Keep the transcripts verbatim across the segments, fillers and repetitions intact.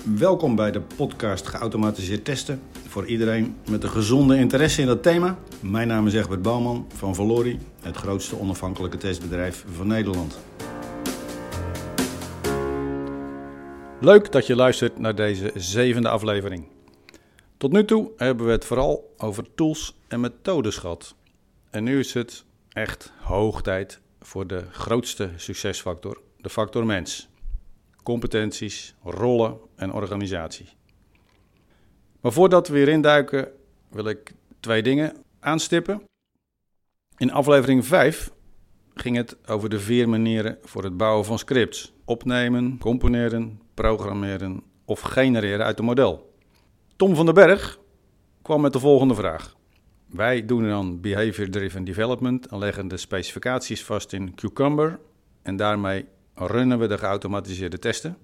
Welkom bij de podcast Geautomatiseerd Testen voor iedereen met een gezonde interesse in dat thema. Mijn naam is Egbert Bouwman van Valori, het grootste onafhankelijke testbedrijf van Nederland. Leuk dat je luistert naar deze zevende aflevering. Tot nu toe hebben we het vooral over tools en methodes gehad. En nu is het echt hoog tijd voor de grootste succesfactor, de factor mens. Competenties, rollen en organisatie. Maar voordat we weer induiken wil ik twee dingen aanstippen. In aflevering vijf ging het over de vier manieren voor het bouwen van scripts. Opnemen, componeren, programmeren of genereren uit een model. Tom van den Berg kwam met de volgende vraag. Wij doen dan behavior-driven development en leggen de specificaties vast in Cucumber en daarmee runnen we de geautomatiseerde testen.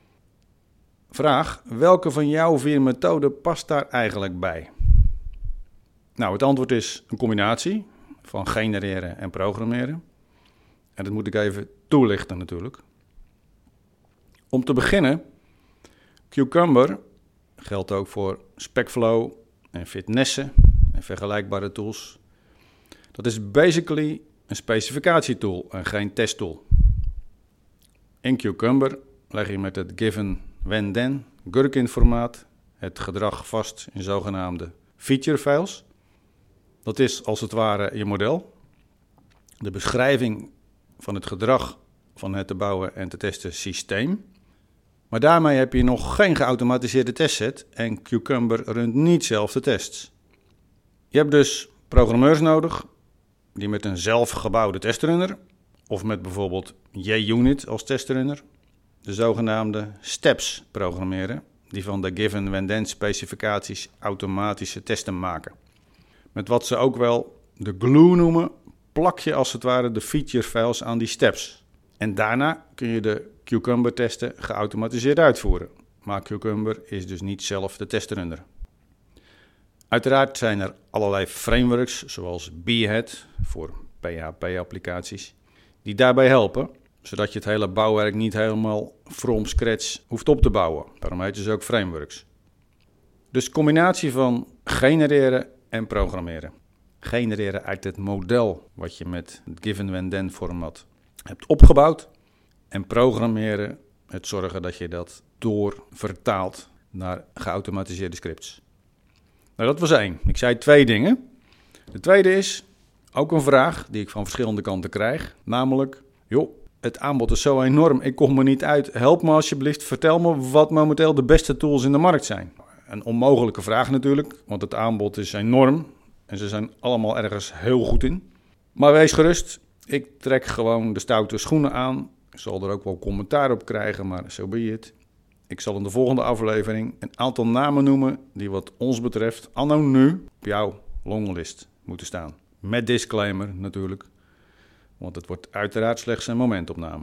Vraag, welke van jouw vier methoden past daar eigenlijk bij? Nou, het antwoord is een combinatie van genereren en programmeren. En dat moet ik even toelichten natuurlijk. Om te beginnen, Cucumber geldt ook voor SpecFlow en Fitnessen en vergelijkbare tools. Dat is basically een specificatietool en geen testtool. In Cucumber leg je met het given when then Gherkin formaat het gedrag vast in zogenaamde feature files. Dat is als het ware je model. De beschrijving van het gedrag van het te bouwen en te testen systeem. Maar daarmee heb je nog geen geautomatiseerde testset en Cucumber runt niet zelf de tests. Je hebt dus programmeurs nodig die met een zelfgebouwde testrunner of met bijvoorbeeld JUnit als testrunner de zogenaamde steps programmeren die van de given when then specificaties automatische testen maken. Met wat ze ook wel de glue noemen, plak je als het ware de feature files aan die steps. En daarna kun je de Cucumber testen geautomatiseerd uitvoeren. Maar Cucumber is dus niet zelf de testrunner. Uiteraard zijn er allerlei frameworks zoals Behat voor P H P-applicaties die daarbij helpen, zodat je het hele bouwwerk niet helemaal from scratch hoeft op te bouwen. Daarom heet ze ook frameworks. Dus combinatie van genereren en programmeren. Genereren uit het model wat je met het given when then format hebt opgebouwd. En programmeren, het zorgen dat je dat door vertaalt naar geautomatiseerde scripts. Nou, dat was één. Ik zei twee dingen. De tweede is ook een vraag die ik van verschillende kanten krijg. Namelijk, joh, het aanbod is zo enorm, ik kom er niet uit. Help me alsjeblieft, vertel me wat momenteel de beste tools in de markt zijn. Een onmogelijke vraag natuurlijk, want het aanbod is enorm. En ze zijn allemaal ergens heel goed in. Maar wees gerust, ik trek gewoon de stoute schoenen aan. Ik zal er ook wel commentaar op krijgen, maar so be it. Ik zal in de volgende aflevering een aantal namen noemen die wat ons betreft anno nu op jouw longlist moeten staan. Met disclaimer natuurlijk, want het wordt uiteraard slechts een momentopname.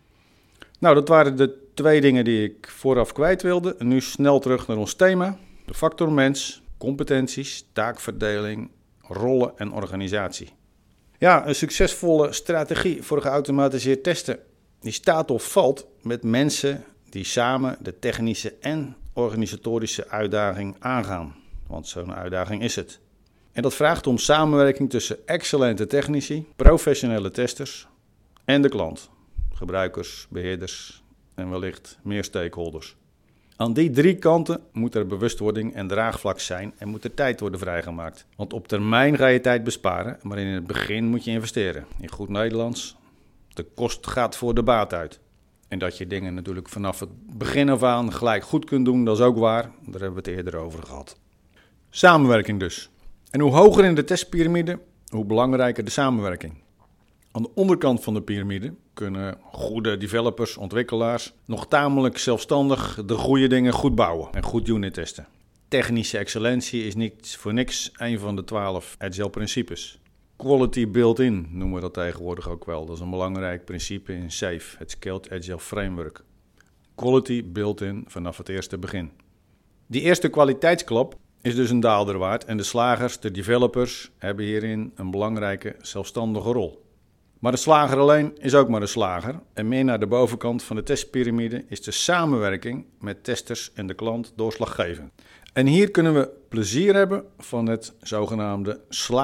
Nou, dat waren de twee dingen die ik vooraf kwijt wilde. En nu snel terug naar ons thema. De factor mens, competenties, taakverdeling, rollen en organisatie. Ja, een succesvolle strategie voor geautomatiseerd testen, die staat of valt met mensen die samen de technische en organisatorische uitdaging aangaan. Want zo'n uitdaging is het. En dat vraagt om samenwerking tussen excellente technici, professionele testers en de klant. Gebruikers, beheerders en wellicht meer stakeholders. Aan die drie kanten moet er bewustwording en draagvlak zijn en moet er tijd worden vrijgemaakt. Want op termijn ga je tijd besparen, maar in het begin moet je investeren. In goed Nederlands, de kost gaat voor de baat uit. En dat je dingen natuurlijk vanaf het begin af aan gelijk goed kunt doen, dat is ook waar. Daar hebben we het eerder over gehad. Samenwerking dus. En hoe hoger in de testpyramide, hoe belangrijker de samenwerking. Aan de onderkant van de piramide kunnen goede developers, ontwikkelaars nog tamelijk zelfstandig de goede dingen goed bouwen en goed unit testen. Technische excellentie is niet voor niks een van de twaalf agile principes. Quality built-in noemen we dat tegenwoordig ook wel. Dat is een belangrijk principe in SAFe, het Scaled Agile Framework. Quality built-in vanaf het eerste begin. Die eerste kwaliteitsklap is dus een daalder waard en de slagers, de developers, hebben hierin een belangrijke zelfstandige rol. Maar de slager alleen is ook maar een slager. En meer naar de bovenkant van de testpyramide is de samenwerking met testers en de klant doorslaggevend. En hier kunnen we plezier hebben van het zogenaamde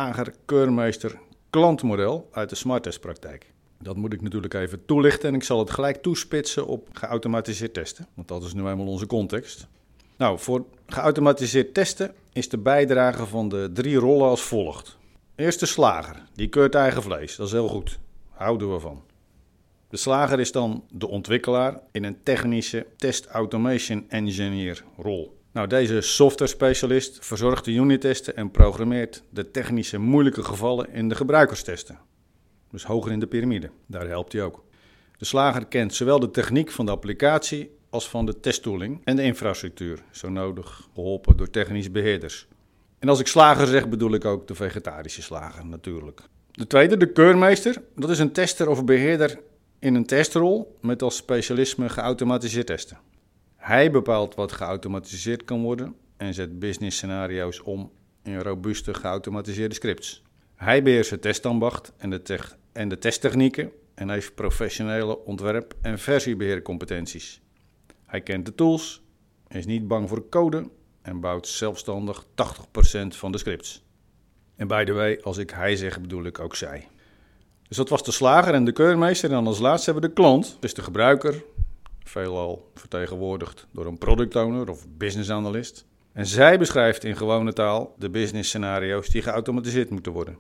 slager-keurmeester-klantmodel uit de smarttestpraktijk. Dat moet ik natuurlijk even toelichten en ik zal het gelijk toespitsen op geautomatiseerd testen, want dat is nu eenmaal onze context. Nou, voor geautomatiseerd testen is de bijdrage van de drie rollen als volgt. Eerst de slager, die keurt eigen vlees, dat is heel goed, houden we van. De slager is dan de ontwikkelaar in een technische test automation engineer rol. Nou, deze software specialist verzorgt de unittesten en programmeert de technische moeilijke gevallen in de gebruikerstesten. Dus hoger in de piramide, daar helpt hij ook. De slager kent zowel de techniek van de applicatie als van de testtooling en de infrastructuur, zo nodig geholpen door technisch beheerders. En als ik slager zeg, bedoel ik ook de vegetarische slager natuurlijk. De tweede, de keurmeester, dat is een tester of beheerder in een testrol met als specialisme geautomatiseerd testen. Hij bepaalt wat geautomatiseerd kan worden en zet business scenario's om in robuuste geautomatiseerde scripts. Hij beheerst het testambacht en de, te- en de testtechnieken en heeft professionele ontwerp- en versiebeheercompetenties. Hij kent de tools, is niet bang voor code en bouwt zelfstandig tachtig procent van de scripts. En by the way, als ik hij zeg, bedoel ik ook zij. Dus dat was de slager en de keurmeester. En dan als laatste hebben we de klant, dus de gebruiker, veelal vertegenwoordigd door een product owner of business analyst. En zij beschrijft in gewone taal de business scenario's die geautomatiseerd moeten worden.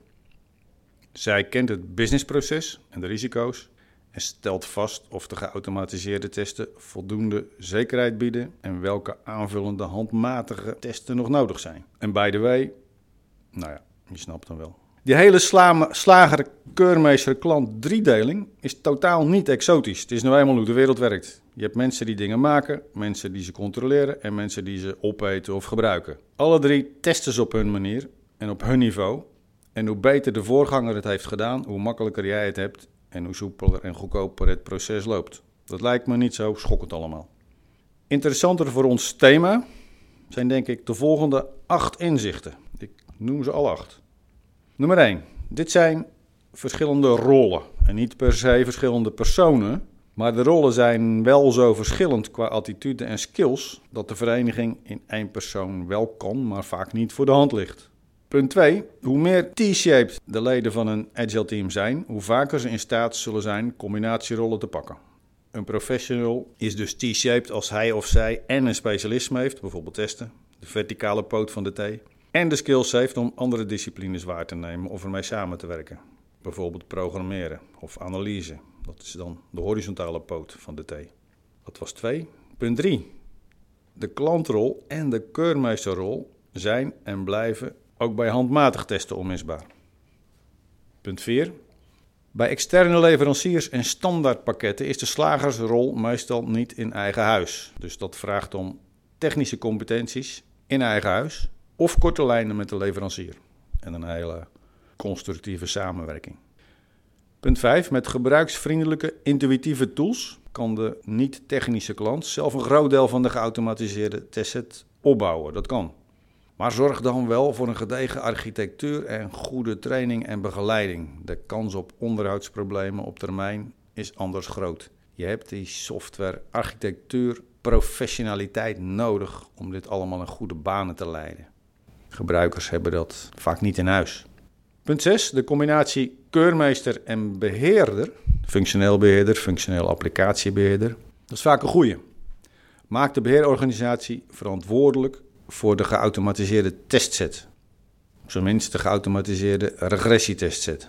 Zij kent het businessproces en de risico's en stelt vast of de geautomatiseerde testen voldoende zekerheid bieden en welke aanvullende handmatige testen nog nodig zijn. En by the way, nou ja, je snapt dan wel. Die hele sla- slager-keurmeester-klant driedeling is totaal niet exotisch. Het is nou eenmaal hoe de wereld werkt. Je hebt mensen die dingen maken, mensen die ze controleren en mensen die ze opeten of gebruiken. Alle drie testen ze op hun manier en op hun niveau. En hoe beter de voorganger het heeft gedaan, hoe makkelijker jij het hebt en hoe soepeler en goedkoper het proces loopt. Dat lijkt me niet zo schokkend allemaal. Interessanter voor ons thema zijn denk ik de volgende acht inzichten. Ik noem ze al acht. Nummer één. Dit zijn verschillende rollen en niet per se verschillende personen, maar de rollen zijn wel zo verschillend qua attitude en skills dat de vereniging in één persoon wel kan, maar vaak niet voor de hand ligt. Punt twee. Hoe meer T-shaped de leden van een agile team zijn, hoe vaker ze in staat zullen zijn combinatierollen te pakken. Een professional is dus T-shaped als hij of zij en een specialisme heeft, bijvoorbeeld testen, de verticale poot van de T, en de skills heeft om andere disciplines waar te nemen of ermee samen te werken. Bijvoorbeeld programmeren of analyse. Dat is dan de horizontale poot van de T. Dat was twee. Punt drie. De klantrol en de keurmeesterrol zijn en blijven ook bij handmatig testen onmisbaar. Punt vier. Bij externe leveranciers en standaardpakketten is de slagersrol meestal niet in eigen huis. Dus dat vraagt om technische competenties in eigen huis of korte lijnen met de leverancier. En een hele constructieve samenwerking. Punt vijf. Met gebruiksvriendelijke, intuïtieve tools kan de niet-technische klant zelf een groot deel van de geautomatiseerde testset opbouwen. Dat kan. Maar zorg dan wel voor een gedegen architectuur en goede training en begeleiding. De kans op onderhoudsproblemen op termijn is anders groot. Je hebt die software, architectuur, professionaliteit nodig om dit allemaal in goede banen te leiden. Gebruikers hebben dat vaak niet in huis. Punt zes. De combinatie keurmeester en beheerder, functioneel beheerder, functioneel applicatiebeheerder, dat is vaak een goeie. Maakt de beheerorganisatie verantwoordelijk voor de geautomatiseerde testset. Op zijn minst de geautomatiseerde regressietestset.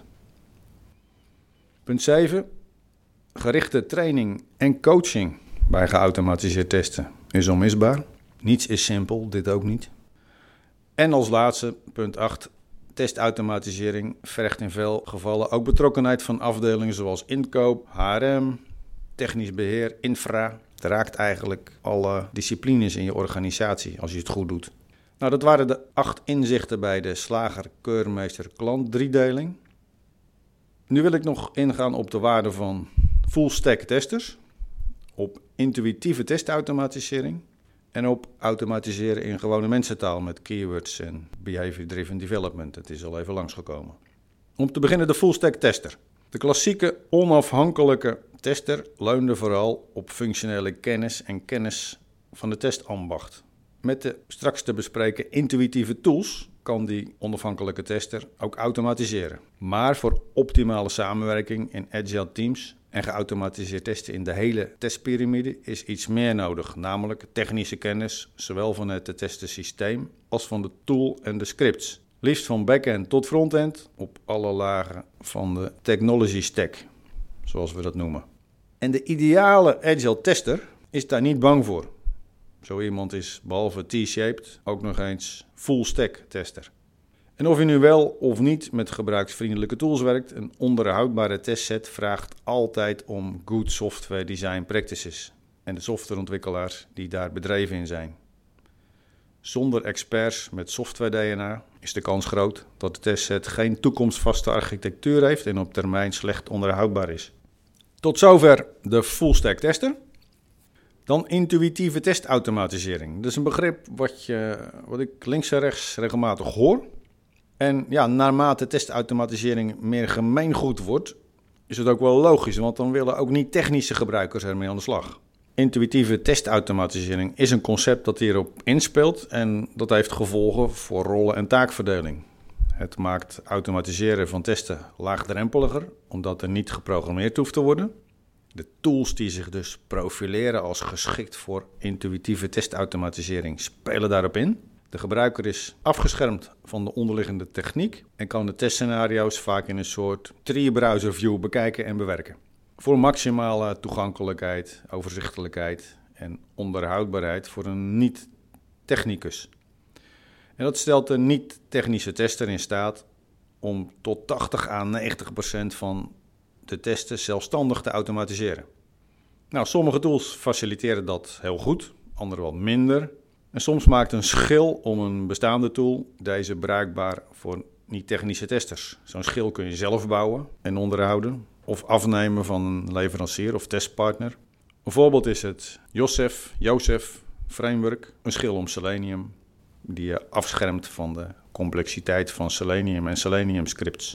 Punt zeven. Gerichte training en coaching bij geautomatiseerd testen is onmisbaar. Niets is simpel, dit ook niet. En als laatste, punt acht. Testautomatisering vergt in veel gevallen ook betrokkenheid van afdelingen zoals inkoop, H R M, technisch beheer, infra. Het raakt eigenlijk alle disciplines in je organisatie als je het goed doet. Nou, dat waren de acht inzichten bij de slager-keurmeester-klant driedeling. Nu wil ik nog ingaan op de waarde van full-stack testers, op intuïtieve testautomatisering en op automatiseren in gewone mensentaal met keywords en behavior-driven development. Het is al even langsgekomen. Om te beginnen de full-stack tester. De klassieke onafhankelijke tester leunde vooral op functionele kennis en kennis van de testambacht. Met de straks te bespreken intuïtieve tools kan die onafhankelijke tester ook automatiseren. Maar voor optimale samenwerking in agile teams en geautomatiseerd testen in de hele testpyramide is iets meer nodig, namelijk technische kennis, zowel van het te testen systeem als van de tool en de scripts. Liefst van back-end tot front-end op alle lagen van de technology stack, zoals we dat noemen. En de ideale agile tester is daar niet bang voor. Zo iemand is, behalve T-shaped, ook nog eens full-stack tester. En of je nu wel of niet met gebruiksvriendelijke tools werkt, een onderhoudbare testset vraagt altijd om good software design practices en de softwareontwikkelaars die daar bedreven in zijn. Zonder experts met software D N A is de kans groot dat de testset geen toekomstvaste architectuur heeft en op termijn slecht onderhoudbaar is. Tot zover de full-stack tester. Dan intuïtieve testautomatisering. Dat is een begrip wat, je, wat ik links en rechts regelmatig hoor. En ja, naarmate testautomatisering meer gemeengoed wordt, is het ook wel logisch, want dan willen ook niet technische gebruikers ermee aan de slag. Intuïtieve testautomatisering is een concept dat hierop inspeelt en dat heeft gevolgen voor rollen- en taakverdeling. Het maakt automatiseren van testen laagdrempeliger, omdat er niet geprogrammeerd hoeft te worden. De tools die zich dus profileren als geschikt voor intuïtieve testautomatisering spelen daarop in. De gebruiker is afgeschermd van de onderliggende techniek en kan de testscenario's vaak in een soort tree-browser view bekijken en bewerken. Voor maximale toegankelijkheid, overzichtelijkheid en onderhoudbaarheid voor een niet-technicus. En dat stelt de niet-technische tester in staat om tot tachtig à negentig procent van de testen zelfstandig te automatiseren. Nou, sommige tools faciliteren dat heel goed, andere wat minder. En soms maakt een schil om een bestaande tool deze bruikbaar voor niet-technische testers. Zo'n schil kun je zelf bouwen en onderhouden of afnemen van een leverancier of testpartner. Een voorbeeld is het Josef, Josef framework, een schil om Selenium die je afschermt van de complexiteit van Selenium en Selenium scripts.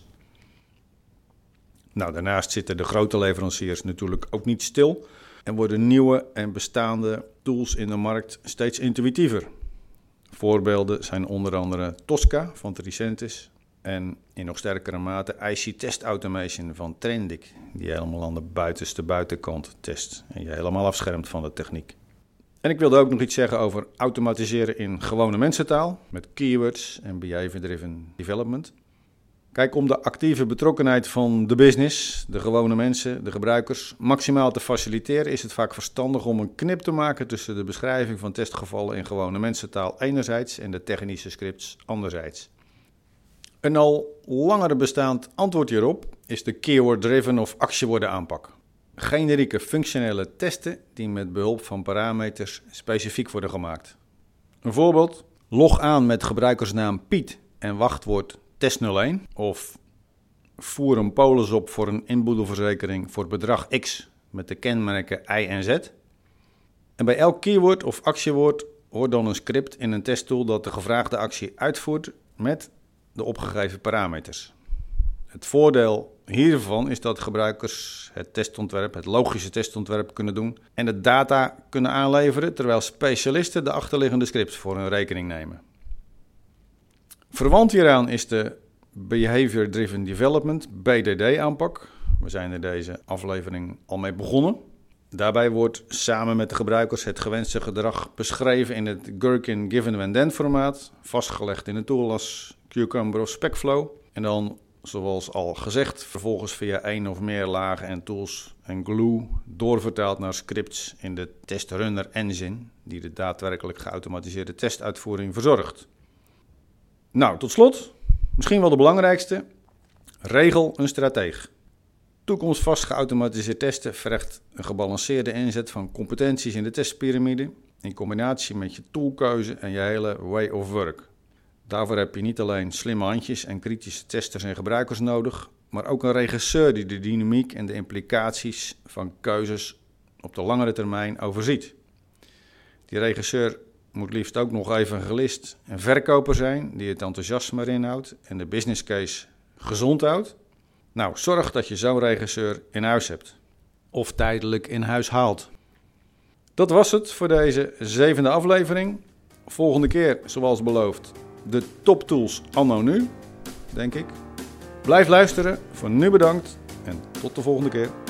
Nou, daarnaast zitten de grote leveranciers natuurlijk ook niet stil en worden nieuwe en bestaande tools in de markt steeds intuïtiever. Voorbeelden zijn onder andere Tosca van Tricentis en in nog sterkere mate I C Test Automation van Trendik, die helemaal aan de buitenste buitenkant test en je helemaal afschermt van de techniek. En ik wilde ook nog iets zeggen over automatiseren in gewone mensentaal met keywords en behavior-driven development. Kijk, om de actieve betrokkenheid van de business, de gewone mensen, de gebruikers, maximaal te faciliteren, is het vaak verstandig om een knip te maken tussen de beschrijving van testgevallen in gewone mensentaal enerzijds en de technische scripts anderzijds. Een al langer bestaand antwoord hierop is de keyword-driven of actiewoorden aanpak. Generieke functionele testen die met behulp van parameters specifiek worden gemaakt. Een voorbeeld, log aan met gebruikersnaam Piet en wachtwoord test nul één of voer een polis op voor een inboedelverzekering voor bedrag X met de kenmerken Y en Z. En bij elk keyword of actiewoord hoort dan een script in een testtool dat de gevraagde actie uitvoert met de opgegeven parameters. Het voordeel hiervan is dat gebruikers het testontwerp, het logische testontwerp kunnen doen en de data kunnen aanleveren, terwijl specialisten de achterliggende scripts voor hun rekening nemen. Verwant hieraan is de Behavior Driven Development, B D D aanpak. We zijn er deze aflevering al mee begonnen. Daarbij wordt samen met de gebruikers het gewenste gedrag beschreven in het Gherkin Given When Then formaat, vastgelegd in een tool als Cucumber of Specflow. En dan, zoals al gezegd, vervolgens via één of meer lagen en tools en glue doorvertaald naar scripts in de testrunner engine, die de daadwerkelijk geautomatiseerde testuitvoering verzorgt. Nou, tot slot, misschien wel de belangrijkste, regel een strateeg. Toekomstvast geautomatiseerd testen vergt een gebalanceerde inzet van competenties in de testpyramide in combinatie met je toolkeuze en je hele way of work. Daarvoor heb je niet alleen slimme handjes en kritische testers en gebruikers nodig, maar ook een regisseur die de dynamiek en de implicaties van keuzes op de langere termijn overziet. Die regisseur moet liefst ook nog evangelist en verkoper zijn die het enthousiasme erin houdt en de business case gezond houdt. Nou, zorg dat je zo'n regisseur in huis hebt. Of tijdelijk in huis haalt. Dat was het voor deze zevende aflevering. Volgende keer, zoals beloofd, de toptools anno nu, denk ik. Blijf luisteren. Voor nu bedankt en tot de volgende keer.